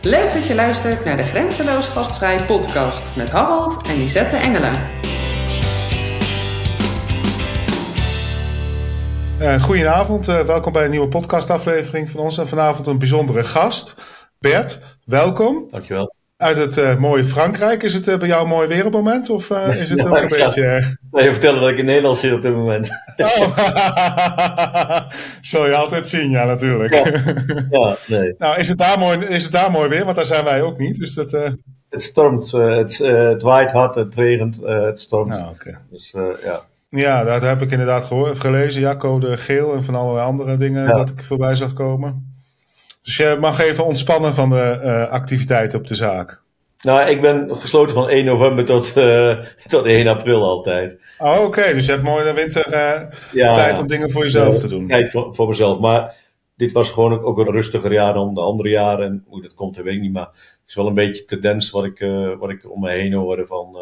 Leuk dat je luistert naar de Grenzeloos Gastvrij podcast met Harold en Lisette Engelen. Goedenavond, welkom bij een nieuwe podcastaflevering van ons. En vanavond een bijzondere gast, Bert. Welkom. Dankjewel. Uit het mooie Frankrijk. Is het bij jou een mooi weer op het moment? Of is het ook een beetje... Ik vertellen dat ik in Nederland zit op dit moment. Oh. Zul je altijd zien, ja, natuurlijk. Ja, nee. Nou, is het daar mooi weer? Want daar zijn wij ook niet. Dus dat, Het stormt, het waait hard, het regent, het stormt. Nou, okay. Dus ja. Ja, dat heb ik inderdaad gelezen. Ja, code geel en van allerlei andere dingen dat ik voorbij zag komen. Dus je mag even ontspannen van de activiteiten op de zaak. Nou, ik ben gesloten van 1 november tot 1 april altijd. Oh, oké. Dus je hebt mooi de winter tijd om dingen voor jezelf te doen. Tijd voor mezelf. Maar dit was gewoon ook een rustiger jaar dan de andere jaren. En hoe dat komt, dat weet ik niet. Maar het is wel een beetje tendens wat ik om me heen hoorde van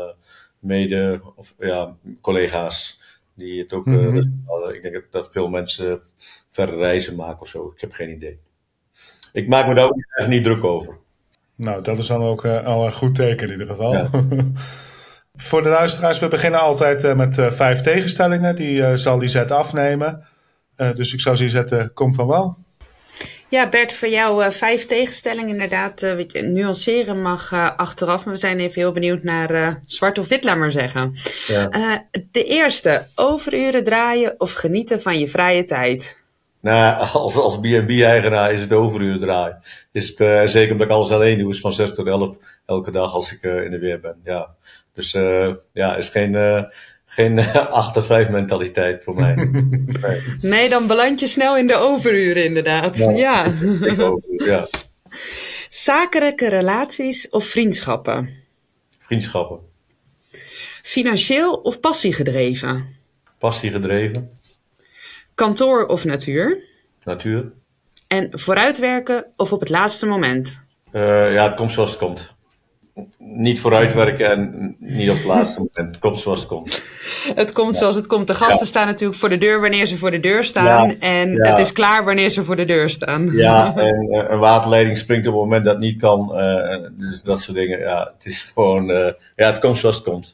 collega's die het ook rustig hadden. Ik denk dat veel mensen verre reizen maken of zo. Ik heb geen idee. Ik maak me daar ook echt niet druk over. Nou, dat is dan ook al een goed teken in ieder geval. Ja. Voor de luisteraars, we beginnen altijd met 5 tegenstellingen. Die zal Lisette afnemen. Dus ik zou Lisette, kom van wel. Ja, Bert, voor jou 5 tegenstellingen inderdaad. Wat je nuanceren mag achteraf. Maar we zijn even heel benieuwd naar zwart of wit, laat maar zeggen. Ja. De eerste, overuren draaien of genieten van je vrije tijd? Nou, als B&B-eigenaar is het overuren draaien. Is het, zeker omdat ik alles alleen doe, is van 6 tot 11 elke dag als ik in de weer ben. Ja. Dus is geen 8 tot 5 mentaliteit voor mij. Nee, dan beland je snel in de overuren inderdaad. Ja. Ja. Zakelijke relaties of vriendschappen? Vriendschappen. Financieel of passiegedreven? Passiegedreven. Kantoor of natuur? Natuur. En vooruitwerken of op het laatste moment? Het komt zoals het komt. Niet vooruitwerken en niet op het laatste moment. Het komt zoals het komt. Het komt zoals het komt. De gasten staan natuurlijk voor de deur wanneer ze voor de deur staan. Ja. En het is klaar wanneer ze voor de deur staan. Ja, en een waterleiding springt op het moment dat het niet kan. Dus dat soort dingen. Ja, het is gewoon... het komt zoals het komt.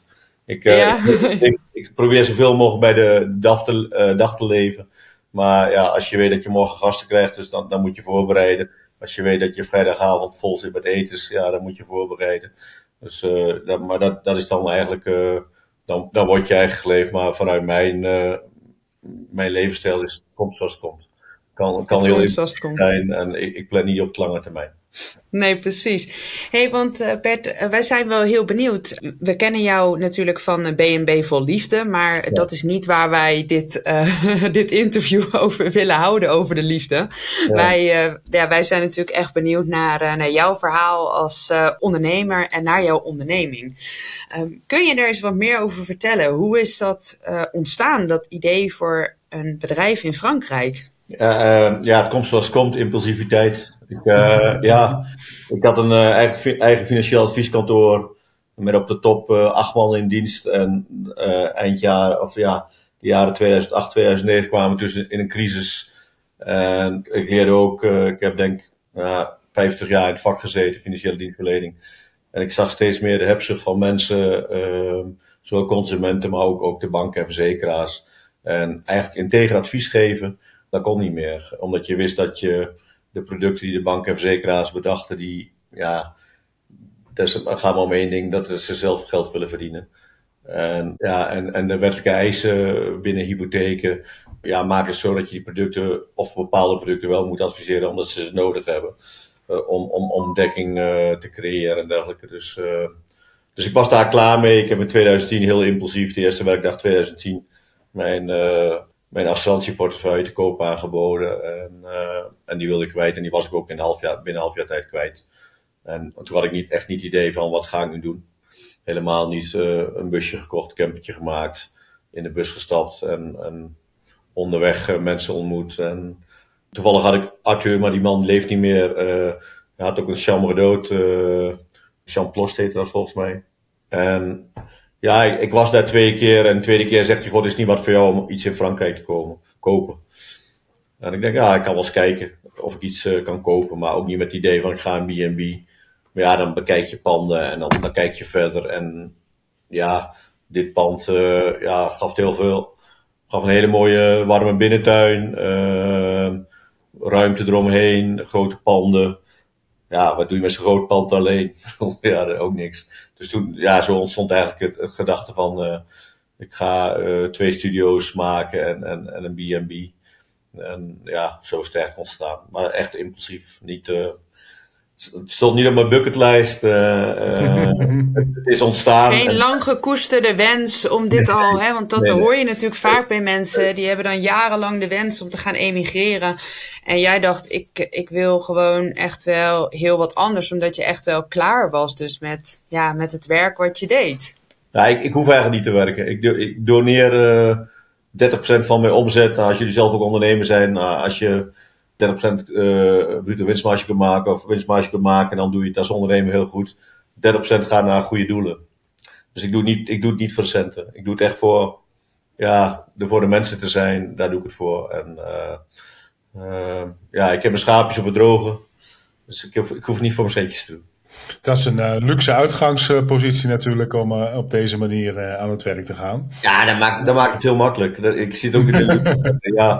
Ik probeer zoveel mogelijk bij de dag te leven. Maar ja, als je weet dat je morgen gasten krijgt, dus dan moet je voorbereiden. Als je weet dat je vrijdagavond vol zit met etens, ja, dan moet je voorbereiden. Dus, dat is dan eigenlijk, dan word je eigen geleefd. Maar vanuit mijn levensstijl is het komt zoals het komt. Kan heel interessant zijn en ik plan niet op de lange termijn. Nee, precies. Hey, want Bert, wij zijn wel heel benieuwd. We kennen jou natuurlijk van B&B Vol Liefde, maar dat is niet waar wij dit interview over willen houden, over de liefde. Ja. Wij zijn natuurlijk echt benieuwd naar jouw verhaal als ondernemer en naar jouw onderneming. Kun je er eens wat meer over vertellen? Hoe is dat ontstaan, dat idee voor een bedrijf in Frankrijk? Het komt zoals het komt, impulsiviteit. Ik had een eigen financieel advieskantoor met op de top 8 man in dienst. En de jaren 2008, 2009 kwamen we dus in een crisis. En ik leerde ook, ik heb denk 50 jaar in het vak gezeten, financiële dienstverlening. En ik zag steeds meer de hebzucht van mensen, zowel consumenten, maar ook de banken en verzekeraars. En eigenlijk integer advies geven, dat kon niet meer. Omdat je wist dat je de producten die de banken en verzekeraars bedachten, het gaat maar om één ding, dat ze zelf geld willen verdienen. En de wettelijke eisen binnen hypotheken, maken het zo dat je die producten, of bepaalde producten wel moet adviseren, omdat ze nodig hebben. Om dekking te creëren en dergelijke. Dus ik was daar klaar mee. Ik heb in 2010 heel impulsief, de eerste werkdag 2010, mijn assurantieportefeuille te koop aangeboden. En die wilde ik kwijt. En die was ik ook binnen een half jaar tijd kwijt. En toen had ik echt niet het idee van, wat ga ik nu doen? Helemaal niet. Een busje gekocht, campertje gemaakt. In de bus gestapt. En onderweg mensen ontmoet. En toevallig had ik Arthur, maar die man leeft niet meer. Hij had ook een chambre d'hôte. Jean Plost heette dat volgens mij. En ik was daar 2 keer. En de tweede keer zegt hij, god, het is niet wat voor jou om iets in Frankrijk te kopen. En ik denk, ik kan wel eens kijken of ik iets kan kopen. Maar ook niet met het idee van, ik ga een B&B Maar ja, dan bekijk je panden en dan kijk je verder. En ja, dit pand gaf heel veel. Gaf een hele mooie warme binnentuin. Ruimte eromheen, grote panden. Ja, wat doe je met zo'n groot pand alleen? Ja, ook niks. Dus toen, ja, zo ontstond eigenlijk het gedachte van... ik ga 2 studio's maken en een B&B. En ja, zo is het eigenlijk ontstaan. Maar echt impulsief. Het stond niet op mijn bucketlijst. Het is ontstaan. Geen lang gekoesterde wens om dit al, hè? Want dat hoor je natuurlijk vaak bij mensen. Die hebben dan jarenlang de wens om te gaan emigreren. En jij dacht, ik wil gewoon echt wel heel wat anders. Omdat je echt wel klaar was dus met het werk wat je deed. Ja, ik hoef eigenlijk niet te werken. Ik doneer 30% van mijn omzet. Nou, als jullie zelf ook ondernemer zijn, als je 30% bruto winstmarge kunt maken of winstmarge kunt maken, dan doe je het als ondernemer heel goed. 30% gaat naar goede doelen. Dus ik doe het niet voor de centen. Ik doe het echt voor de mensen te zijn. Daar doe ik het voor. En ik heb mijn schaapjes op het droge. Dus ik hoef niet voor mijn centjes te doen. Dat is een luxe uitgangspositie natuurlijk om op deze manier aan het werk te gaan. Ja, dat maakt het heel makkelijk. Ik zit ook in de luxe.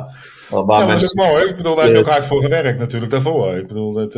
Maar dat is mooi. Ik bedoel, daar heb je ook hard voor gewerkt natuurlijk daarvoor. Ik bedoel, het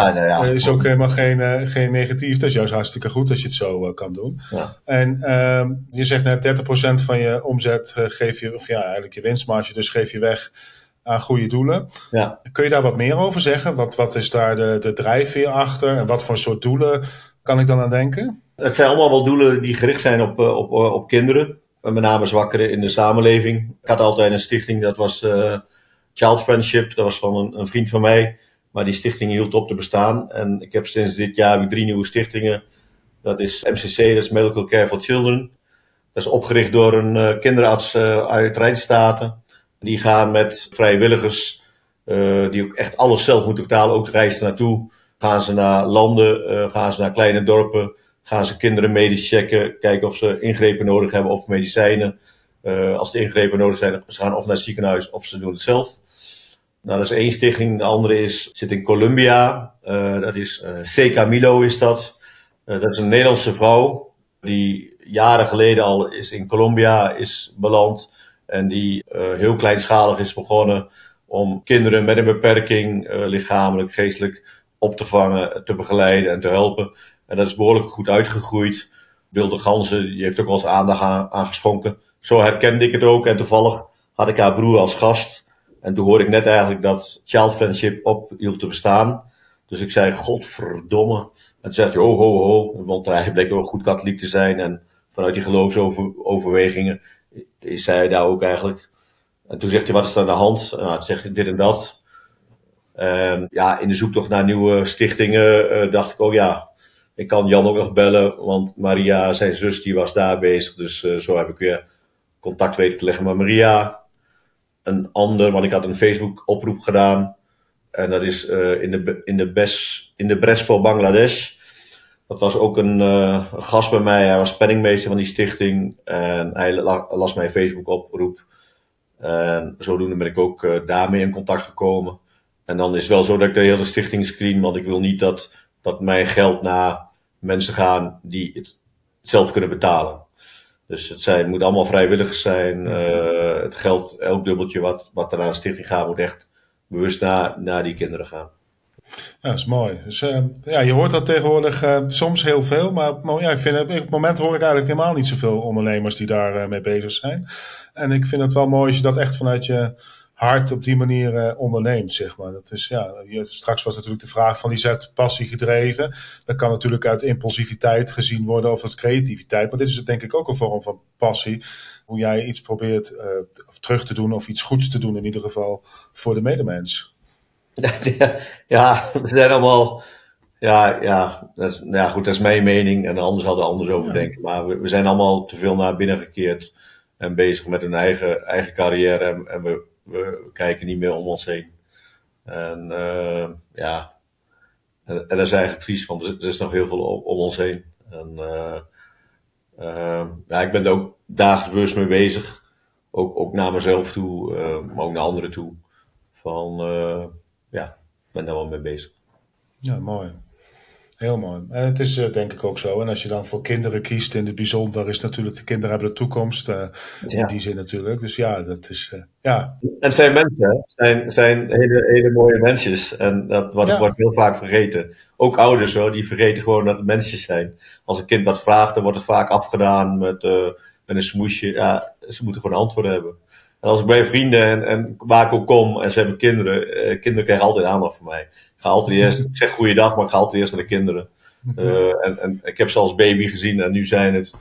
is ook helemaal geen negatief. Dat is juist hartstikke goed als je het zo kan doen. Ja. En je zegt net 30% van je omzet geef je, of eigenlijk je winstmarge, dus geef je weg aan goede doelen. Ja. Kun je daar wat meer over zeggen? Wat is daar de drijfveer achter? En wat voor soort doelen kan ik dan aan denken? Het zijn allemaal wel doelen die gericht zijn op kinderen. Met name zwakkeren in de samenleving. Ik had altijd een stichting, dat was Child Friendship. Dat was van een vriend van mij. Maar die stichting hield op te bestaan. En ik heb sinds dit jaar 3 nieuwe stichtingen. Dat is MCC, dat is Medical Care for Children. Dat is opgericht door een kinderarts uit Rijnstaten. Die gaan met vrijwilligers, die ook echt alles zelf moeten betalen, ook de reis naartoe. Gaan ze naar landen, gaan ze naar kleine dorpen, gaan ze kinderen medisch checken, kijken of ze ingrepen nodig hebben of medicijnen. Als de ingrepen nodig zijn, ze gaan of naar het ziekenhuis of ze doen het zelf. Nou, dat is 1 stichting. De andere zit in Colombia. Dat is C. Camilo is dat. Dat is een Nederlandse vrouw die jaren geleden al in Colombia is beland. En die heel kleinschalig is begonnen om kinderen met een beperking, lichamelijk, geestelijk, op te vangen, te begeleiden en te helpen. En dat is behoorlijk goed uitgegroeid. Wilde Ganzen, die heeft ook wel eens aandacht aan geschonken. Zo herkende ik het ook. En toevallig had ik haar broer als gast. En toen hoorde ik net eigenlijk dat Child Friendship ophield te bestaan. Dus ik zei, godverdomme. En toen zei hij, ho. Want hij bleek ook goed katholiek te zijn. En vanuit die geloofsoverwegingen is hij daar ook eigenlijk. En toen zegt hij, wat is er aan de hand? Nou, toen zegt hij dit en dat. In de zoektocht naar nieuwe stichtingen dacht ik, ik kan Jan ook nog bellen. Want Maria, zijn zus, die was daar bezig. Dus zo heb ik weer contact weten te leggen met Maria. Een ander, want ik had een Facebook oproep gedaan. En dat is in de Bres voor Bangladesh. Dat was ook een gast bij mij. Hij was penningmeester van die stichting. En hij las mijn Facebook oproep. En zodoende ben ik ook daarmee in contact gekomen. En dan is het wel zo dat ik de hele stichting screen. Want ik wil niet dat mijn geld naar mensen gaan die het zelf kunnen betalen. Dus het moet allemaal vrijwilligers zijn. Het geld, elk dubbeltje wat er naar de stichting gaat, moet echt bewust naar die kinderen gaan. Ja, dat is mooi. Dus je hoort dat tegenwoordig soms heel veel. Maar ik vind op het moment hoor ik eigenlijk helemaal niet zoveel ondernemers die daar mee bezig zijn. En ik vind het wel mooi als je dat echt vanuit je hart op die manier onderneemt, zeg maar. Dat is, straks was natuurlijk de vraag van Lisette, passie gedreven. Dat kan natuurlijk uit impulsiviteit gezien worden of als creativiteit. Maar dit is denk ik ook een vorm van passie. Hoe jij iets probeert terug te doen of iets goeds te doen in ieder geval voor de medemens. Ja, we zijn allemaal. Dat is mijn mening en anders hadden anders over denken. Maar we zijn allemaal te veel naar binnen gekeerd en bezig met een eigen carrière en we kijken niet meer om ons heen. En daar is eigenlijk vies van. Er is nog heel veel om ons heen. En ik ben er ook dagelijks bewust mee bezig. Ook naar mezelf toe, maar ook naar anderen toe. Ik ben daar wel mee bezig. Ja, mooi. Heel mooi. En het is denk ik ook zo. En als je dan voor kinderen kiest in het bijzonder, is natuurlijk de kinderen hebben de toekomst. In Ja. die zin natuurlijk. Dus ja, dat is... ja. En het zijn mensen, hè? Zijn hele, hele mooie mensjes. En dat wordt heel vaak vergeten. Ook ouders hoor, die vergeten gewoon dat het mensjes zijn. Als een kind wat vraagt, dan wordt het vaak afgedaan met een smoesje. Ja, ze moeten gewoon antwoord hebben. En als ik bij vrienden en waar ik ook kom en ze hebben kinderen, kinderen krijgen altijd aandacht van mij. Ik ga altijd eerst, ik zeg goeiedag, maar ik ga altijd eerst naar de kinderen. En ik heb ze als baby gezien en nu zijn het,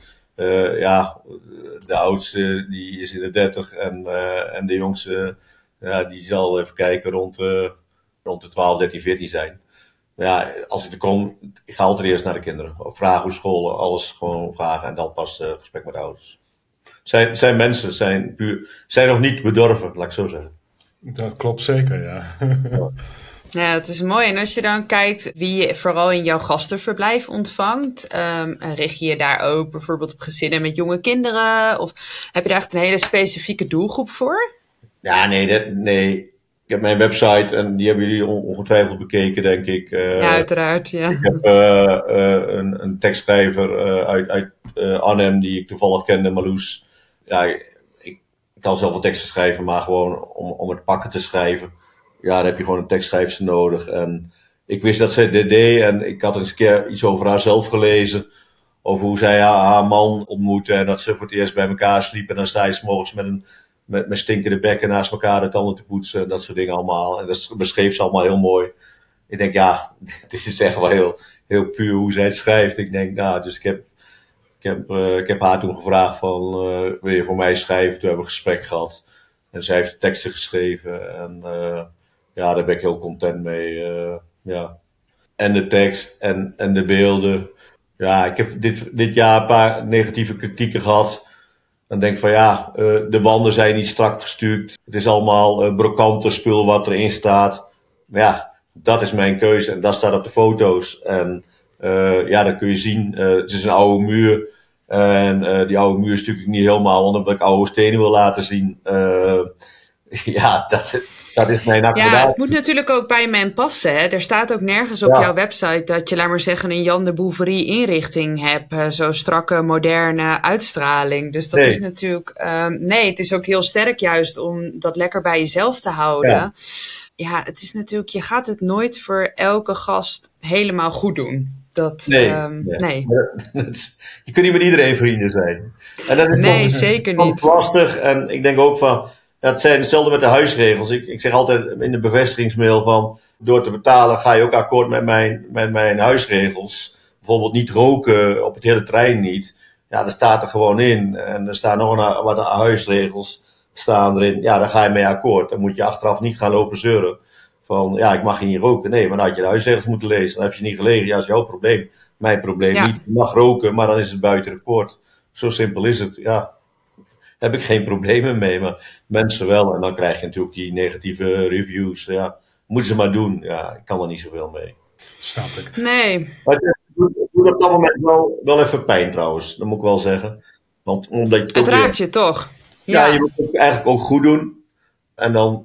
de oudste die is in de 30 en de jongste, die zal even kijken rond de 12, 13, 14 zijn. Ja, als ik er kom, ik ga altijd eerst naar de kinderen. Vragen hoe school, alles gewoon vragen en dan pas gesprek met de ouders. Zijn mensen, zijn nog niet bedorven, laat ik zo zeggen. Dat klopt zeker, ja. Ja, het is mooi. En als je dan kijkt wie je vooral in jouw gastenverblijf ontvangt, richt je je daar ook bijvoorbeeld op gezinnen met jonge kinderen? Of heb je daar echt een hele specifieke doelgroep voor? Ja, nee. Ik heb mijn website en die hebben jullie ongetwijfeld bekeken, denk ik. Ja, uiteraard, ja. Ik heb een tekstschrijver uit Arnhem die ik toevallig kende, Marloes. Ja, ik kan zelf wel teksten schrijven, maar gewoon om het pakken te schrijven. Ja, dan heb je gewoon een tekstschrijfster nodig. En ik wist dat zij dit deed en ik had eens een keer iets over haarzelf gelezen. Over hoe zij haar man ontmoette en dat ze voor het eerst bij elkaar sliepen. En dan sta je 's morgens met stinkende bekken naast elkaar de tanden te poetsen en dat soort dingen allemaal. En dat beschreef ze allemaal heel mooi. Ik denk, ja, dit is echt wel heel, heel puur hoe zij het schrijft. Ik denk, nou, dus ik heb haar toen gevraagd van, wil je voor mij schrijven? Toen hebben we een gesprek gehad. En zij heeft de teksten geschreven en ja, daar ben ik heel content mee. Ja. En de tekst en de beelden. Ja, ik heb dit jaar een paar negatieve kritieken gehad. Dan denk ik van ja, de wanden zijn niet strak gestuukt. Het is allemaal brokante spul wat erin staat. Maar ja, dat is mijn keuze en dat staat op de foto's. En ja, dan kun je zien, het is een oude muur. En die oude muur stuk ik niet helemaal, omdat ik oude stenen wil laten zien. Ja, dat is mijn accommodatie. Ja, het moet natuurlijk ook bij men passen. Hè? Er staat ook nergens op jouw website dat je, laat maar zeggen, een Jan de Bouverie inrichting hebt. Zo'n strakke, moderne uitstraling. Dus dat is natuurlijk... nee, het is ook heel sterk juist om dat lekker bij jezelf te houden. Ja, het is natuurlijk... Je gaat het nooit voor elke gast helemaal goed doen. Nee. Je kunt niet met iedereen vrienden zijn. En dat is zeker niet. Lastig. En ik denk ook van... Ja, het zijn hetzelfde met de huisregels. Ik zeg altijd in de bevestigingsmail van... Door te betalen ga je ook akkoord met mijn huisregels. Bijvoorbeeld niet roken op het hele trein niet. Ja, dat staat er gewoon in. En er staan nog wat huisregels staan erin. Ja, daar ga je mee akkoord. Dan moet je achteraf niet gaan lopen zeuren. Van, ja, ik mag hier niet roken. Nee, maar dan had je de huisregels moeten lezen. Dan heb je niet gelezen. Ja, dat is jouw probleem. Mijn probleem niet. Je mag roken, maar dan is het buiten de poort. Zo simpel is het, ja. Heb ik geen problemen mee, maar mensen wel. En dan krijg je natuurlijk die negatieve reviews. Ja, moeten ze maar doen. Ja, ik kan er niet zoveel mee. Snap ik. Nee. Maar het doet op dat moment wel even pijn trouwens. Dat moet ik wel zeggen. Want omdat je het raakt je toch? Ja, je moet het eigenlijk ook goed doen. En dan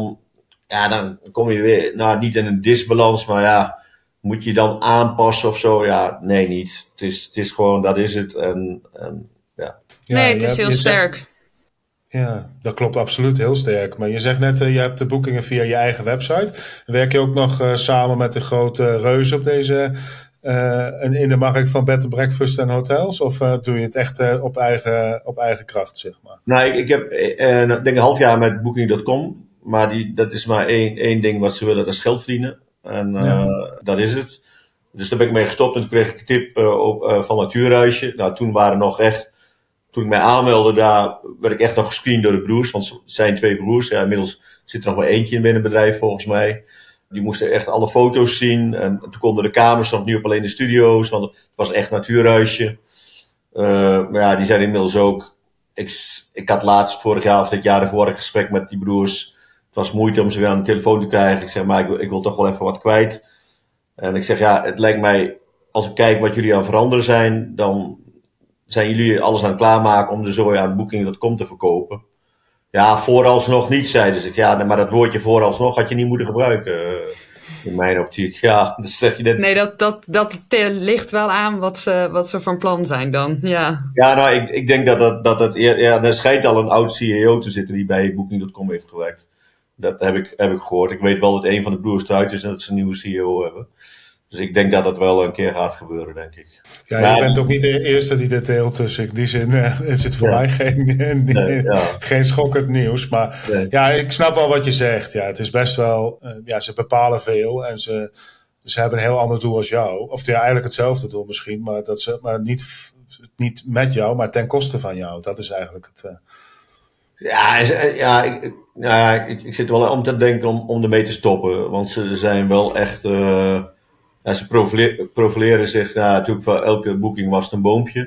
kom je weer, nou niet in een disbalans, maar ja, moet je dan aanpassen of zo? Ja, nee, niet. Het is gewoon, dat is het. En ja. Nee, het is heel sterk. Ja, dat klopt absoluut, heel sterk. Maar je zegt net, je hebt de boekingen via je eigen website. Werk je ook nog samen met de grote reuzen op deze, in de markt van bed and breakfast en hotels? Of doe je het echt op eigen kracht, zeg maar? Nou, ik heb denk een half jaar met Booking.com. Maar dat is maar één ding wat ze willen, dat is geld verdienen. En dat is het. Dus daar ben ik mee gestopt en toen kreeg ik een tip van Natuurhuisje. Nou, toen ik mij aanmeldde, daar werd ik echt nog gescreend door de broers. Want het zijn 2 broers. Ja, inmiddels zit er nog maar eentje in binnen het bedrijf volgens mij. Die moesten echt alle foto's zien. En toen konden de kamers nog niet op alleen de studio's. Want het was echt Natuurhuisje. Maar ja, die zijn inmiddels ook... Ik had laatst vorig jaar of dit jaar ervoor een gesprek met die broers. Het was moeite om ze weer aan de telefoon te krijgen. Ik zeg, maar ik wil toch wel even wat kwijt. En ik zeg, ja, het lijkt mij... Als ik kijk wat jullie aan het veranderen zijn... dan zijn jullie alles aan het klaarmaken om de zooi aan Booking.com te verkopen. Ja, vooralsnog niet, zeiden ze. Ja, maar dat woordje vooralsnog had je niet moeten gebruiken. In mijn optiek, ja, dat zeg je net. Nee, dat ligt wel aan wat ze van plan zijn dan, ja. Ja, nou, ik denk dat het... Ja, er schijnt al een oud CEO te zitten die bij Booking.com heeft gewerkt. Dat heb ik gehoord. Ik weet wel dat een van de broers eruit is en dat ze een nieuwe CEO hebben. Dus ik denk dat dat wel een keer gaat gebeuren, denk ik. Ja, maar, je bent ook niet de eerste die dit deelt, dus in die zin is het voor mij geen schokkend nieuws. Maar ja, ik snap wel wat je zegt. Ja, het is best wel, ze bepalen veel en ze hebben een heel ander doel als jou. Of eigenlijk hetzelfde doel misschien, maar niet met jou, maar ten koste van jou. Dat is eigenlijk het... Ik zit wel om te denken om ermee te stoppen. Want ze zijn wel echt... ze profileren zich... natuurlijk voor elke boeking was het een boompje.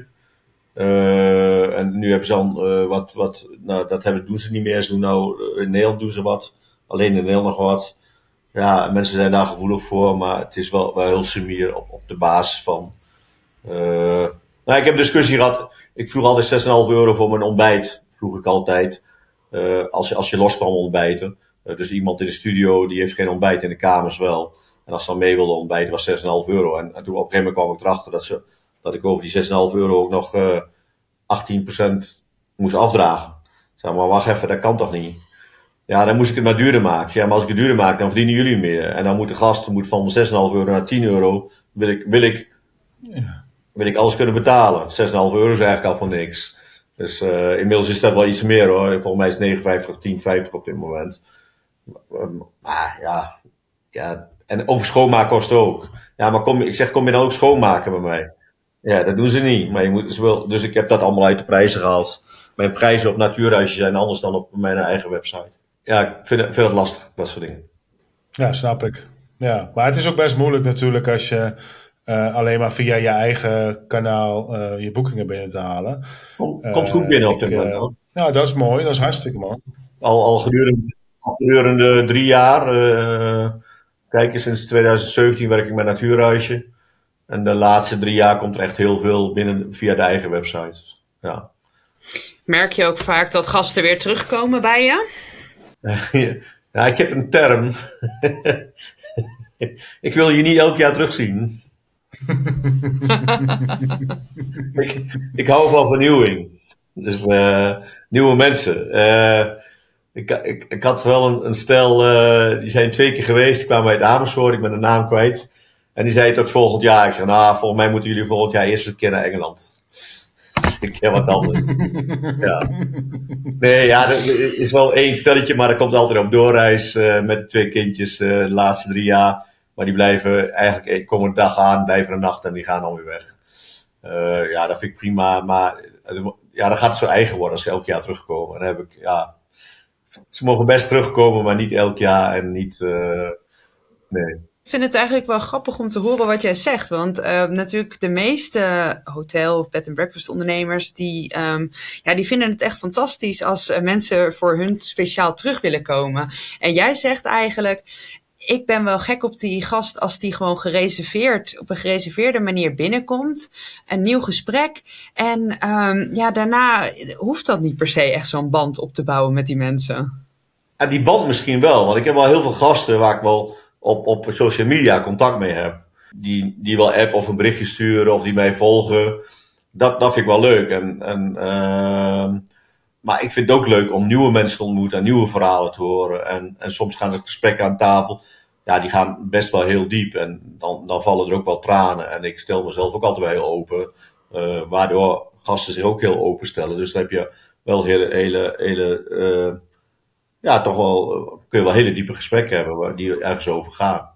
En nu hebben ze dan doen ze niet meer. Ze doen nou, in Nederland doen ze wat. Alleen in Nederland nog wat. Ja, mensen zijn daar gevoelig voor. Maar het is wel heel sumier op de basis van... ik heb een discussie gehad. Ik vroeg altijd €6,5 voor mijn ontbijt. Vroeg ik altijd. Als je los kwam ontbijten. Dus iemand in de studio die heeft geen ontbijt, in de kamers wel. En als ze dan mee wilde ontbijten was €6,5. En toen op een gegeven moment kwam ik erachter dat ik over die €6,5 ook nog 18% moest afdragen. Ik zei, maar wacht even, dat kan toch niet? Ja, dan moest ik het maar duurder maken. Ja, maar als ik het duurder maak, dan verdienen jullie meer. En dan moet de gast van €6,5 naar €10. Wil ik alles kunnen betalen. €6,5 is eigenlijk al voor niks. Dus inmiddels is dat wel iets meer hoor. Volgens mij is het 59 of 10,50 op dit moment. Maar ja. En over schoonmaken kost ook. Ja, maar kom je dan ook schoonmaken bij mij? Ja, dat doen ze niet. Maar je moet wel. Dus ik heb dat allemaal uit de prijzen gehaald. Mijn prijzen op natuurhuisjes zijn anders dan op mijn eigen website. Ja, ik vind het lastig, dat soort dingen. Ja, snap ik. Ja, maar het is ook best moeilijk natuurlijk als je alleen maar via je eigen kanaal je boekingen binnen te halen. Komt goed binnen op dit moment. Nou, dat is mooi. Dat is hartstikke mooi. Al gedurende 3 jaar. Kijk, sinds 2017 werk ik met Natuurhuisje. En de laatste 3 jaar komt er echt heel veel binnen via de eigen website. Ja. Merk je ook vaak dat gasten weer terugkomen bij je? Ja, ik heb een term. Ik wil je niet elk jaar terugzien. ik hou van vernieuwing. Dus nieuwe mensen. Ik had wel een stel, die zijn 2 keer geweest, die kwamen uit Amersfoort, ik ben de naam kwijt. En die zei tot volgend jaar. Ik zeg, volgens mij moeten jullie volgend jaar eerst een keer naar Engeland. Dus ik heb wat anders. Ja. Nee, ja, er is wel 1 stelletje, maar dat komt altijd op doorreis met de 2 kindjes de laatste 3 jaar. Maar die blijven eigenlijk, komen een dag aan, blijven een nacht en die gaan dan weer weg. Dat vind ik prima, maar dan gaat het zo eigen worden als ze elk jaar terugkomen. En dan heb ik, ze mogen best terugkomen, maar niet elk jaar en niet, nee. Ik vind het eigenlijk wel grappig om te horen wat jij zegt. Want natuurlijk de meeste hotel- of bed-and-breakfast ondernemers... die vinden het echt fantastisch als mensen voor hun speciaal terug willen komen. En jij zegt eigenlijk... ik ben wel gek op die gast als die gewoon op een gereserveerde manier binnenkomt. Een nieuw gesprek. En daarna hoeft dat niet per se echt zo'n band op te bouwen met die mensen. Ja, die band misschien wel. Want ik heb wel heel veel gasten waar ik wel op social media contact mee heb. Die wel app of een berichtje sturen of die mij volgen. Dat vind ik wel leuk. Maar ik vind het ook leuk om nieuwe mensen te ontmoeten en nieuwe verhalen te horen. En soms gaan de gesprekken aan tafel... Ja, die gaan best wel heel diep en dan vallen er ook wel tranen. En ik stel mezelf ook altijd wel heel open, waardoor gasten zich ook heel openstellen. Dus dan heb je wel toch wel, kun je wel hele diepe gesprekken hebben die ergens over gaan.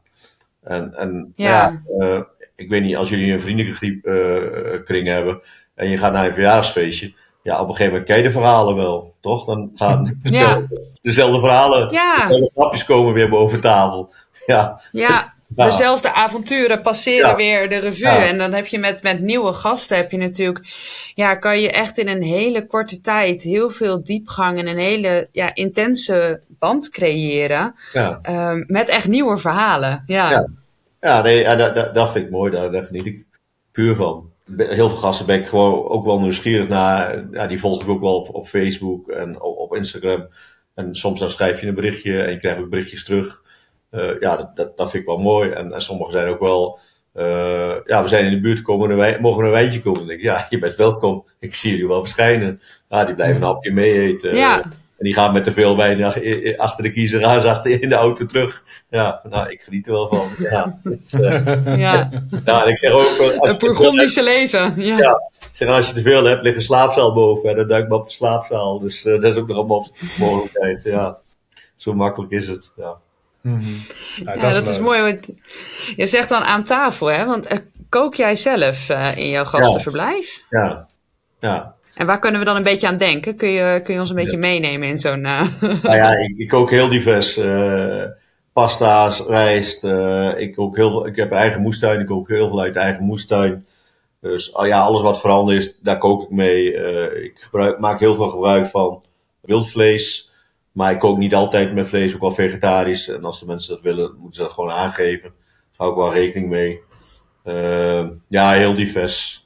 Ik weet niet, als jullie een vriendenkring hebben en je gaat naar een verjaardagsfeestje, ja, op een gegeven moment ken je de verhalen wel, toch? Dan gaan dezelfde verhalen, dezelfde grapjes komen weer boven tafel. Ja, dezelfde avonturen passeren weer de revue. Ja. En dan heb je met nieuwe gasten heb je natuurlijk... Ja, kan je echt in een hele korte tijd heel veel diepgang en een hele intense band creëren. Ja. Met echt nieuwe verhalen. Dat vind ik mooi. Daar geniet ik puur van. Heel veel gasten ben ik gewoon ook wel nieuwsgierig naar. Ja, die volg ik ook wel op Facebook en op Instagram. En soms dan schrijf je een berichtje en je krijgt ook berichtjes terug. Dat vind ik wel mooi. En sommigen zijn ook wel... we zijn in de buurt gekomen, mogen een wijntje komen. Dan denk ik, ja, je bent welkom. Ik zie jullie wel verschijnen. Ja, die blijven een hapje mee eten. Ja. En die gaan met te veel wijn achter de kiezer aan, achter in de auto terug. Ja, nou, ik geniet er wel van. Ja, dus, en ik zeg ook... Het Bourgondische leven. Ja. Ik zeg, als je te veel hebt, ligt een slaapzaal boven. En dan duik ik maar op de slaapzaal. Dus dat is ook nog een mogelijkheid. Ja, zo makkelijk is het. Ja. Mm-hmm. Dat is mooi. Want je zegt dan aan tafel, hè? Want kook jij zelf in jouw gastenverblijf? Ja. En waar kunnen we dan een beetje aan denken? Kun je ons een beetje meenemen in zo'n... Nou ja, ik kook heel divers. Pasta's, rijst. Ik kook heel veel. Ik heb eigen moestuin. Ik kook heel veel uit eigen moestuin. Dus alles wat veranderd is, daar kook ik mee. Ik maak heel veel gebruik van wildvlees. Maar ik kook niet altijd met vlees, ook wel vegetarisch. En als de mensen dat willen, moeten ze dat gewoon aangeven. Daar hou ik wel rekening mee. Heel divers.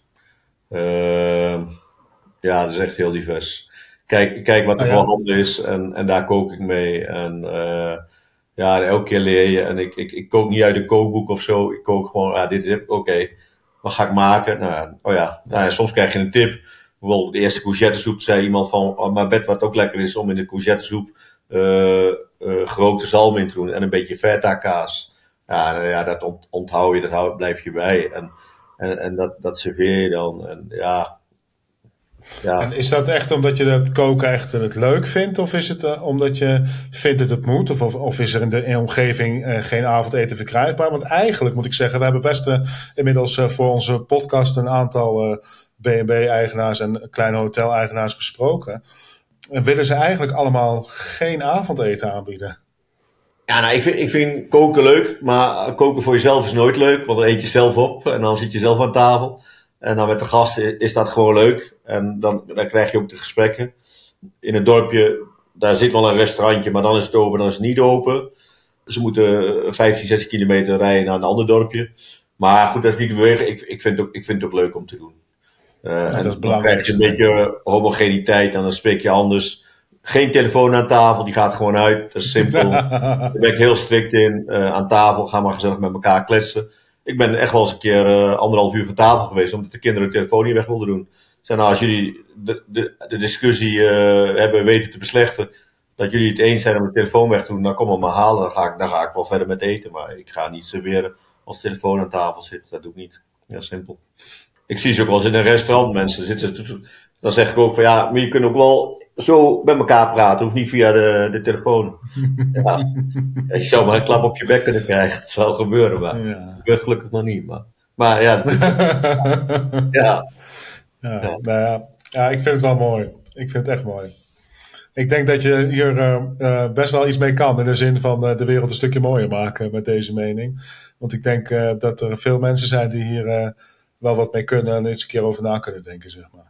Dat is echt heel divers. Kijk wat er voorhanden is en daar kook ik mee. En elke keer leer je. En ik kook niet uit een kookboek of zo. Ik kook gewoon, dit is het, oké. Wat ga ik maken? Soms krijg je een tip. Bijvoorbeeld de eerste courgettesoep zei iemand van... maar Bert, wat ook lekker is om in de courgettesoep... gerookte zalm in te doen en een beetje feta kaas. Dat onthoud je, dat blijf je bij. En dat serveer je dan. En En is dat echt omdat je dat koken echt het leuk vindt? Of is het omdat je vindt dat het moet? Of is er in de omgeving geen avondeten verkrijgbaar? Want eigenlijk moet ik zeggen, we hebben best inmiddels voor onze podcast een aantal B&B-eigenaars en kleine hotel-eigenaars gesproken. En willen ze eigenlijk allemaal geen avondeten aanbieden? Ja, nou, ik vind koken leuk, maar koken voor jezelf is nooit leuk. Want dan eet je zelf op en dan zit je zelf aan tafel. En dan met de gasten is dat gewoon leuk. En dan krijg je ook de gesprekken. In het dorpje, daar zit wel een restaurantje, maar dan is het open, dan is het niet open. Ze moeten 15, 16 kilometer rijden naar een ander dorpje. Maar goed, dat is niet de beweging. Ik vind het ook leuk om te doen. En dan krijg je een beetje homogeniteit en dan spreek je anders. Geen telefoon aan tafel, die gaat gewoon uit. Dat is simpel. Daar ben ik heel strikt in. Aan tafel, ga maar gezellig met elkaar kletsen. Ik ben echt wel eens een keer 1,5 uur van tafel geweest, omdat de kinderen de telefoon niet weg wilden doen. Zeg, nou, als jullie de discussie hebben weten te beslechten, dat jullie het eens zijn om de telefoon weg te doen, dan kom maar halen. Dan ga ik wel verder met eten. Maar ik ga niet serveren als de telefoon aan tafel zit. Dat doe ik niet. Ja, simpel. Ik zie ze ook wel eens in een restaurant, mensen. Dan zeg ik ook van ja, maar je kunt ook wel zo met elkaar praten. Hoeft niet via de telefoon. Ja. Je zou maar een klap op je bek kunnen krijgen. Dat zal gebeuren, maar dat gebeurt gelukkig nog niet. Maar ja. Ik vind het wel mooi. Ik vind het echt mooi. Ik denk dat je hier best wel iets mee kan. In de zin van de wereld een stukje mooier maken met deze mening. Want ik denk dat er veel mensen zijn die hier wel wat mee kunnen en eens een keer over na kunnen denken, zeg maar.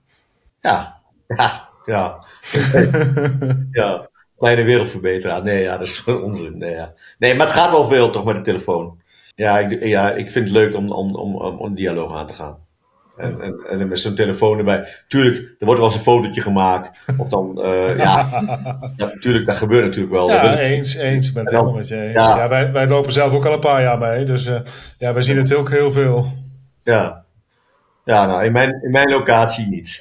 Ja. Kleine wereldverbeteraar. Nee, dat is onzin. Nee, maar het gaat wel veel toch met de telefoon. Ik vind het leuk om een dialoog aan te gaan. En met zo'n telefoon erbij. Tuurlijk, er wordt wel eens een fotootje gemaakt. Of dan, natuurlijk, dat gebeurt natuurlijk wel. Ja, eens. Ik ben het helemaal met je eens. Ja, wij lopen zelf ook al een paar jaar mee. Dus wij zien het ook heel veel. Ja, nou, in mijn locatie niet.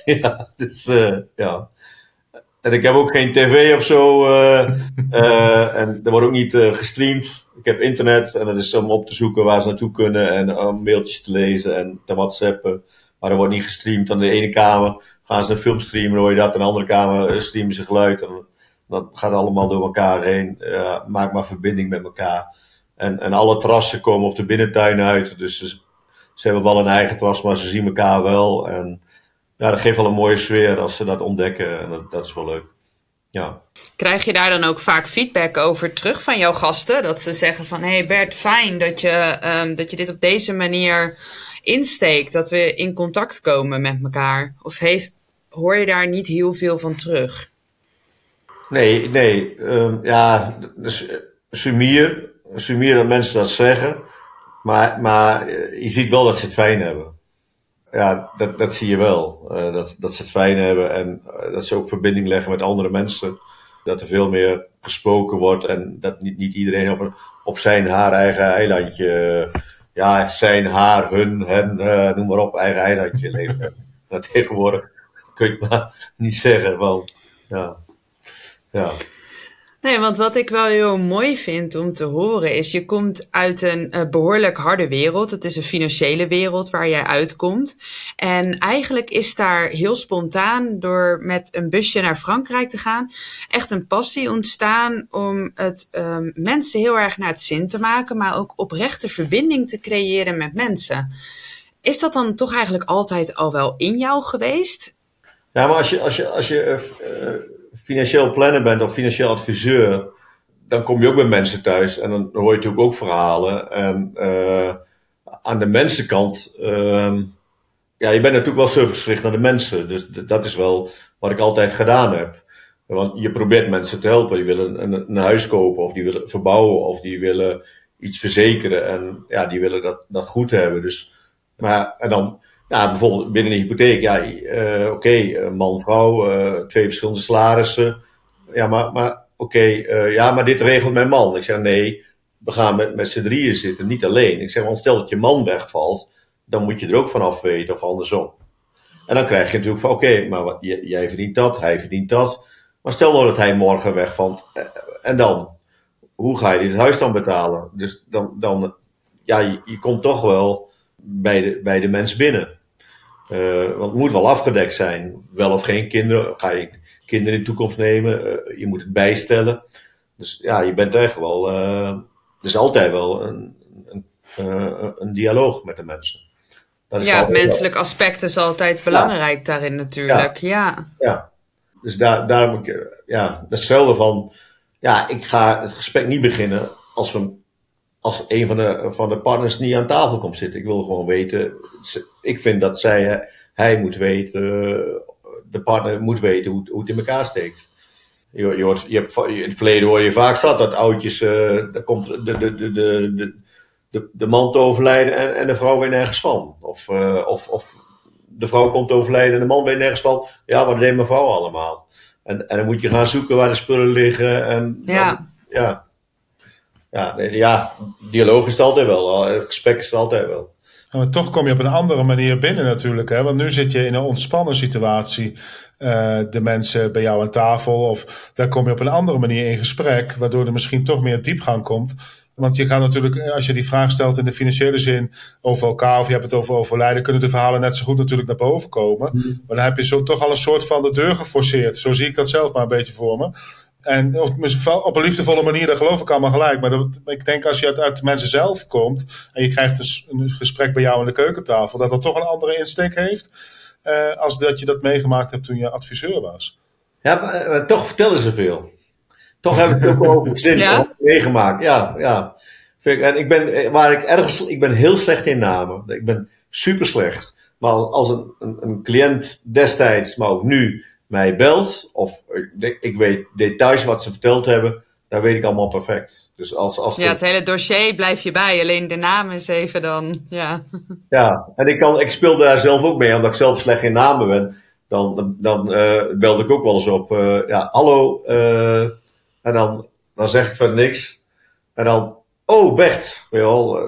En ik heb ook geen tv of zo. En er wordt ook niet gestreamd. Ik heb internet en dat is om op te zoeken waar ze naartoe kunnen. En om mailtjes te lezen en te whatsappen. Maar er wordt niet gestreamd. Aan de ene kamer gaan ze een film streamen, hoor je dat. Aan de andere kamer streamen ze geluid. En dat gaat allemaal door elkaar heen. Maak maar verbinding met elkaar. En alle terrassen komen op de binnentuin uit. Dus ze hebben wel een eigen terras, maar ze zien elkaar wel. En dat geeft wel een mooie sfeer als ze dat ontdekken. En dat is wel leuk. Ja. Krijg je daar dan ook vaak feedback over terug van jouw gasten? Dat ze zeggen van, hey Bert, fijn dat je dit op deze manier insteekt. Dat we in contact komen met elkaar. Of hoor je daar niet heel veel van terug? Nee. Dus sumier dat mensen dat zeggen. Maar je ziet wel dat ze het fijn hebben. Ja, dat zie je wel. Dat ze het fijn hebben en dat ze ook verbinding leggen met andere mensen. Dat er veel meer gesproken wordt en dat niet iedereen op zijn haar eigen eilandje, zijn haar, hun, hen, noem maar op, eigen eilandje leeft. Maar tegenwoordig kun je het maar niet zeggen van, ja. Nee, want wat ik wel heel mooi vind om te horen is, je komt uit een behoorlijk harde wereld. Het is een financiële wereld waar jij uitkomt. En eigenlijk is daar heel spontaan door met een busje naar Frankrijk te gaan, echt een passie ontstaan om het mensen heel erg naar het zin te maken, maar ook oprechte verbinding te creëren met mensen. Is dat dan toch eigenlijk altijd al wel in jou geweest? Ja, maar als je financieel planner bent of financieel adviseur, dan kom je ook bij mensen thuis en dan hoor je natuurlijk ook verhalen. En aan de mensenkant, je bent natuurlijk wel servicegericht naar de mensen. Dus dat is wel wat ik altijd gedaan heb. Want je probeert mensen te helpen. Die willen een huis kopen of die willen verbouwen of die willen iets verzekeren. En ja, die willen dat goed hebben. Dus, en dan bijvoorbeeld binnen een hypotheek. Man, vrouw, 2 verschillende salarissen. Ja, maar maar dit regelt mijn man. Ik zeg nee, we gaan met z'n drieën zitten, niet alleen. Ik zeg, want stel dat je man wegvalt, dan moet je er ook vanaf weten of andersom. En dan krijg je natuurlijk van, maar jij verdient dat, hij verdient dat. Maar stel nou dat hij morgen wegvalt, en dan? Hoe ga je dit huis dan betalen? Dus dan je komt toch wel bij de mens binnen. Want het moet wel afgedekt zijn. Wel of geen kinderen. Ga je kinderen in de toekomst nemen? Je moet het bijstellen. Dus ja, je bent echt wel... er is altijd wel een dialoog met de mensen. Het menselijk aspect is altijd belangrijk daarin natuurlijk. Ja. Dus daar moet ik... hetzelfde van... Ja, ik ga het gesprek niet beginnen als een van de partners niet aan tafel komt zitten. Ik wil gewoon weten... Ik vind dat hij moet weten... De partner moet weten hoe het in elkaar steekt. In het verleden hoor je vaak dat oudjes... daar komt de man te overlijden en de vrouw weet nergens van. Of de vrouw komt te overlijden en de man weet nergens van. Ja, wat deed mijn vrouw allemaal? En dan moet je gaan zoeken waar de spullen liggen. En dialoog is het altijd wel. Gesprek is het altijd wel. Maar toch kom je op een andere manier binnen natuurlijk. Hè? Want nu zit je in een ontspannen situatie. De mensen bij jou aan tafel. Of daar kom je op een andere manier in gesprek. Waardoor er misschien toch meer diepgang komt. Want je gaat natuurlijk, als je die vraag stelt in de financiële zin over elkaar. Of je hebt het over overlijden. Kunnen de verhalen net zo goed natuurlijk naar boven komen. Maar dan heb je toch al een soort van de deur geforceerd. Zo zie ik dat zelf maar een beetje voor me. En op een liefdevolle manier, dat geloof ik allemaal gelijk. Maar ik denk als je uit de mensen zelf komt en je krijgt een gesprek bij jou aan de keukentafel, dat toch een andere insteek heeft als dat je dat meegemaakt hebt toen je adviseur was. Ja, maar toch vertellen ze veel. Toch heb ik het ook over zin meegemaakt. Ja. En ik ben heel slecht in namen. Ik ben super slecht. Maar als een cliënt destijds, maar ook nu, mij belt, of ik weet details wat ze verteld hebben, daar weet ik allemaal perfect. Dus het hele dossier blijf je bij, alleen de naam is even dan, Ja, en ik speelde daar zelf ook mee, omdat ik zelf slecht in namen ben. Dan belde ik ook wel eens op, hallo, en dan zeg ik verder niks. En dan, Bert, weet je wel,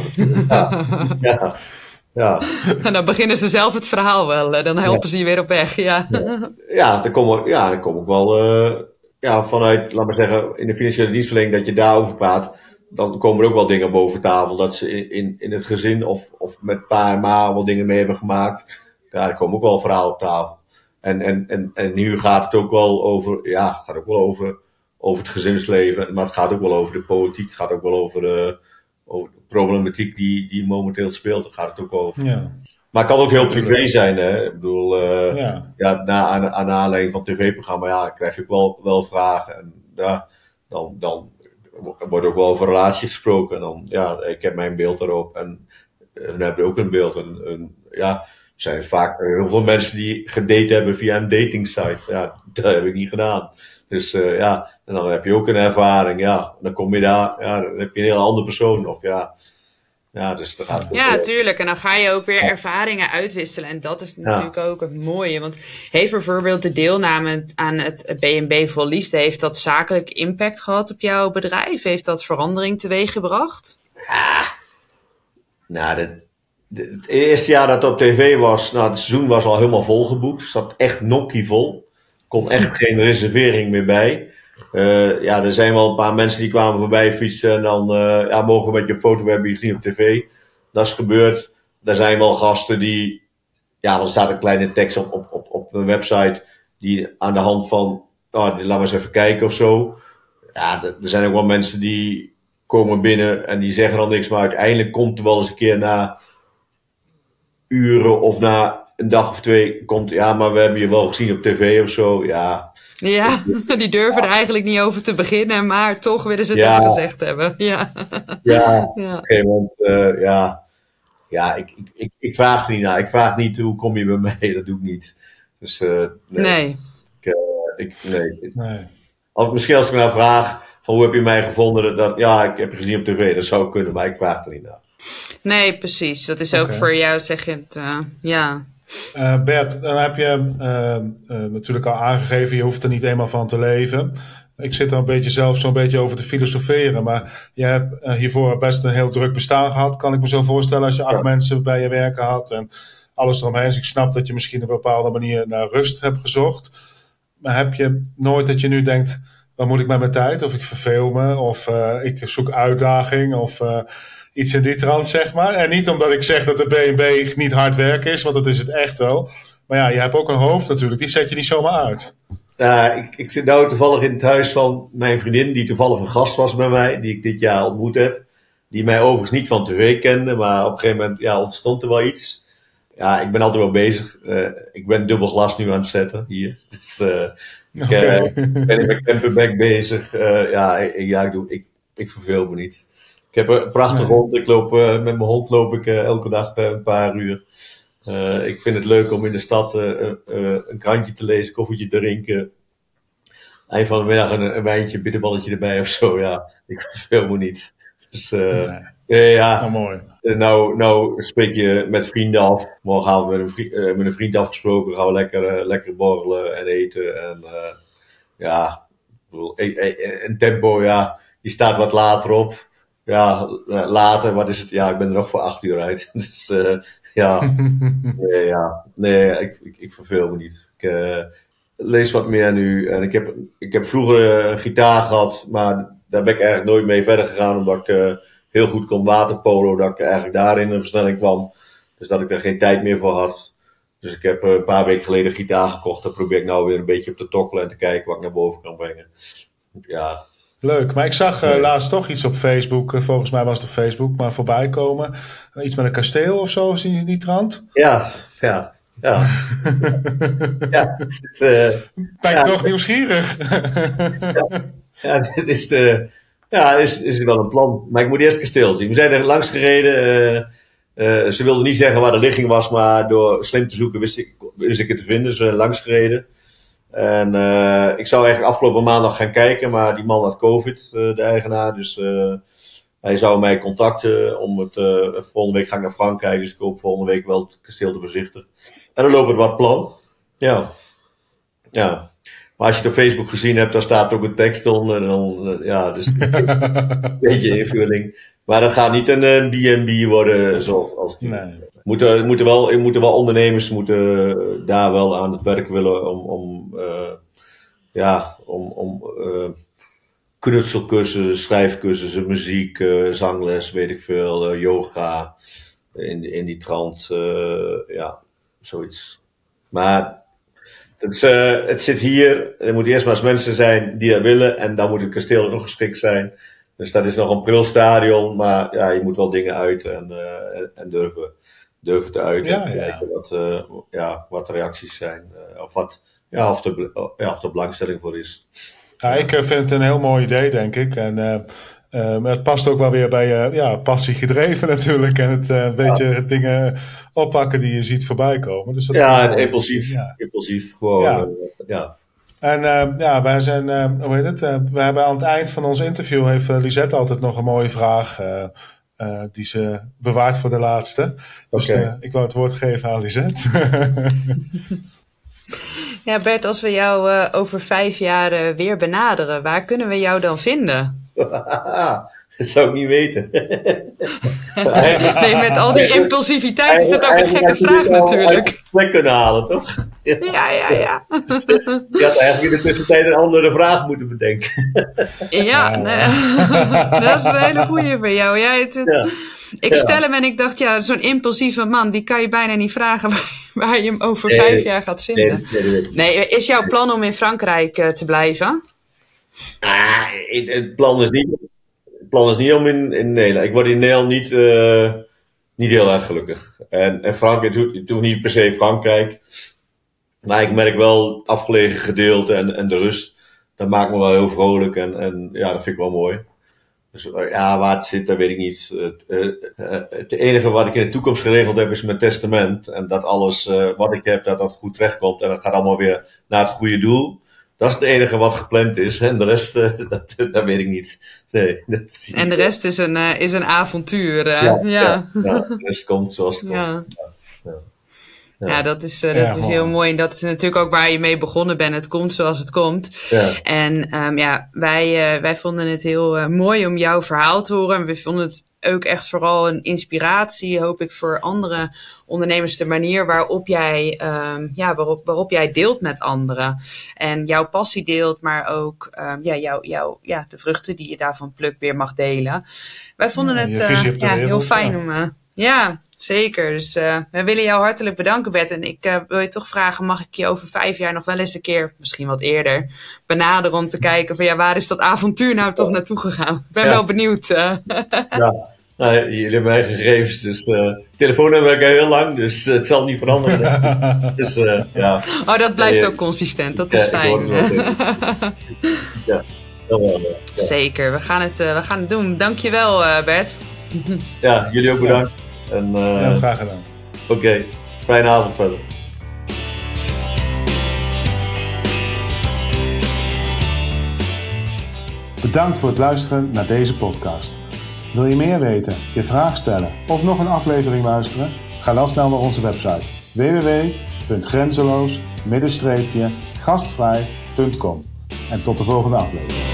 Ja. En dan beginnen ze zelf het verhaal wel. Dan helpen ze je weer op weg. Dan kom ik wel vanuit, laat maar zeggen, in de financiële dienstverlening dat je daarover praat. Dan komen er ook wel dingen boven tafel. Dat ze in het gezin of met pa en ma wel dingen mee hebben gemaakt. Ja, er komen ook wel verhalen op tafel. En nu gaat het ook wel over het gezinsleven. Maar het gaat ook wel over de politiek. Het gaat ook wel over de problematiek die momenteel speelt, daar gaat het ook over. Ja. Maar het kan ook heel privé zijn, hè. Ik bedoel, aan aanleiding van het tv-programma, krijg je ook wel vragen. En dan wordt ook wel over relatie gesproken. En dan, ik heb mijn beeld erop. En hun hebben ook een beeld. Er zijn vaak heel veel mensen die gedate hebben via een datingsite. Ja, dat heb ik niet gedaan. Dus en dan heb je ook een ervaring, dan kom je daar, dan heb je een heel andere persoon. Of Ja, dus dan gaat het Ja, tuurlijk. En dan ga je ook weer ervaringen uitwisselen. En dat is natuurlijk ook het mooie. Want heeft bijvoorbeeld de deelname aan het B&B Vol Liefde... heeft dat zakelijk impact gehad op jouw bedrijf? Heeft dat verandering teweeggebracht? Ja, nou, het eerste jaar dat het op tv was... Nou, het seizoen was al helemaal volgeboekt. Zat echt nokkie vol. Kon echt geen reservering meer bij. Ja, er zijn wel een paar mensen die kwamen voorbij fietsen en dan mogen we met je foto, we hebben je gezien op tv. Dat is gebeurd. Er zijn wel gasten die, er staat een kleine tekst op een website die aan de hand van, laat maar eens even kijken of zo. Ja, er zijn ook wel mensen die komen binnen en die zeggen dan niks, maar uiteindelijk komt er wel eens een keer na uren of na een dag of twee, maar we hebben je wel gezien op tv of zo, ja. Ja, die durven er eigenlijk niet over te beginnen, maar toch willen ze het even gezegd hebben. Ja, op een gegeven moment, ik vraag er niet naar. Ik vraag niet hoe kom je bij mij, dat doe ik niet. Dus nee. Nee. Misschien als ik nou vraag van hoe heb je mij gevonden, ik heb je gezien op tv, dat zou kunnen, maar ik vraag er niet naar. Nee, precies. Dat is ook voor jou, zeg je het, ja. Bert, dan heb je natuurlijk al aangegeven, je hoeft er niet eenmaal van te leven. Ik zit er een beetje zelf zo'n beetje over te filosoferen, maar je hebt hiervoor best een heel druk bestaan gehad, kan ik me zo voorstellen, als je 8 mensen bij je werken had en alles eromheen. Dus ik snap dat je misschien op een bepaalde manier naar rust hebt gezocht. Maar heb je nooit dat je nu denkt, wat moet ik met mijn tijd? Of ik verveel me, of ik zoek uitdaging, of iets in die trant, zeg maar. En niet omdat ik zeg dat de B&B niet hard werken is, want dat is het echt wel. Maar ja, je hebt ook een hoofd natuurlijk, die zet je niet zomaar uit. Ik zit nou toevallig in het huis van mijn vriendin, die toevallig een gast was bij mij, die ik dit jaar ontmoet heb. Die mij overigens niet van tv kende, maar op een gegeven moment ontstond er wel iets. Ja, ik ben altijd wel bezig. Ik ben dubbel glas nu aan het zetten hier. Dus ik ben in mijn camperback bezig. Ik verveel me niet. Ik heb een prachtige hond. Ik loop, met mijn hond loop ik elke dag een paar uur. Ik vind het leuk om in de stad een krantje te lezen, koffietje te drinken. Eind van de middag een wijntje, bitterballetje erbij of zo. Ja, ik verveel me niet. Dus mooi. Nou spreek je met vrienden af. Morgen gaan we met een vriend afgesproken. Gaan we lekker borrelen en eten. En een tempo, die staat wat later op. Ja, later, wat is het? Ja, ik ben er nog voor 8 uur uit. Dus ik verveel me niet. Ik lees wat meer nu. En ik heb vroeger een gitaar gehad, maar daar ben ik eigenlijk nooit mee verder gegaan, omdat ik heel goed kon waterpolo, dat ik eigenlijk daarin een versnelling kwam. Dus dat ik er geen tijd meer voor had. Dus ik heb een paar weken geleden een gitaar gekocht. Daar probeer ik nou weer een beetje op te tokkelen en te kijken wat ik naar boven kan brengen. Ja. Leuk, maar ik zag laatst toch iets op Facebook, volgens mij was het op Facebook, maar voorbij komen. Iets met een kasteel of zo, zie je die trant? Ja. Ben ik toch nieuwsgierig? Dit is wel een plan. Maar ik moet eerst het kasteel zien. We zijn er langs gereden. Ze wilden niet zeggen waar de ligging was, maar door slim te zoeken wist ik het te vinden. Dus we zijn langs gereden. En ik zou eigenlijk afgelopen maandag gaan kijken, maar die man had COVID, de eigenaar. Dus hij zou mij contacten om het. Volgende week ga ik naar Frankrijk, dus ik hoop volgende week wel het kasteel te bezichtigen. En dan loopt het wat plan. Ja. Maar als je het op Facebook gezien hebt, dan staat ook een tekst onder. En dan, dus een beetje invulling. Maar dat gaat niet een B&B worden zoals die. Nee. Moeten wel ondernemers moeten daar wel aan het werk willen om knutselcursussen, schrijfcursussen, muziek, zangles, weet ik veel, yoga, in die trant, zoiets. Maar het zit hier, er moeten eerst maar eens mensen zijn die dat willen en dan moet het kasteel ook nog geschikt zijn. Dus dat is nog een pril stadion, maar ja, je moet wel dingen uit en durven te uiten. En kijken wat de reacties zijn. Of er belangstelling voor is. Ja, ik vind het een heel mooi idee, denk ik. En het past ook wel weer bij passie gedreven natuurlijk. En het een beetje dingen oppakken die je ziet voorbij komen. Dus dat en impulsief. Ja. Impulsief, gewoon. En wij zijn, we hebben aan het eind van ons interview heeft Lisette altijd nog een mooie vraag. die ze bewaart voor de laatste. Dus ik wou het woord geven aan Lisette. Ja, Bert, als we jou over 5 jaar weer benaderen, waar kunnen we jou dan vinden? Dat zou ik niet weten. Nee, met al die impulsiviteit is dat ook een gekke vraag natuurlijk. Plek kunnen halen, toch? Ja. Je had eigenlijk in de tussentijd een andere vraag moeten bedenken. Ja, nee. Dat is een hele goeie voor jou. Ik stel hem en ik dacht, zo'n impulsieve man, die kan je bijna niet vragen waar je hem over 5 jaar gaat vinden. Nee, is jouw plan om in Frankrijk te blijven? Het plan is niet om in Nederland. Ik word in Nederland niet heel erg gelukkig. En Frankrijk, het hoeft niet per se Frankrijk. Maar ik merk wel het afgelegen gedeelte en de rust. Dat maakt me wel heel vrolijk en dat vind ik wel mooi. Dus waar het zit, dat weet ik niet. Het enige wat ik in de toekomst geregeld heb is mijn testament. En dat alles wat ik heb, dat goed terechtkomt. En dat gaat allemaal weer naar het goede doel. Dat is het enige wat gepland is. En de rest, dat weet ik niet. Nee, en de rest is een avontuur. De rest komt zoals het komt. Ja, dat is heel mooi. En dat is natuurlijk ook waar je mee begonnen bent. Het komt zoals het komt. Ja. En wij vonden het heel mooi om jouw verhaal te horen. En we vonden het ook echt vooral een inspiratie, hoop ik, voor andere ondernemers. De manier waarop jij, waarop jij deelt met anderen. En jouw passie deelt, maar ook de vruchten die je daarvan plukt weer mag delen. Wij vonden het heel fijn om... Ja, zeker. Dus we willen jou hartelijk bedanken, Bert. En ik wil je toch vragen, mag ik je over 5 jaar nog wel eens een keer, misschien wat eerder, benaderen om te kijken van waar is dat avontuur nou toch naartoe gegaan? Ik ben wel benieuwd. Jullie hebben mijn gegevens, dus telefoonnummer heb ik heel lang, dus het zal niet veranderen. Dus Oh, dat blijft ook consistent, dat is fijn. Zeker, we gaan het doen. Dankjewel, Bert. Ja, jullie ook bedankt. En, graag gedaan. Oké, fijne avond verder. Bedankt voor het luisteren naar deze podcast. Wil je meer weten, je vraag stellen of nog een aflevering luisteren? Ga dan snel naar onze website www.grenzeloos-gastvrij.com. En tot de volgende aflevering.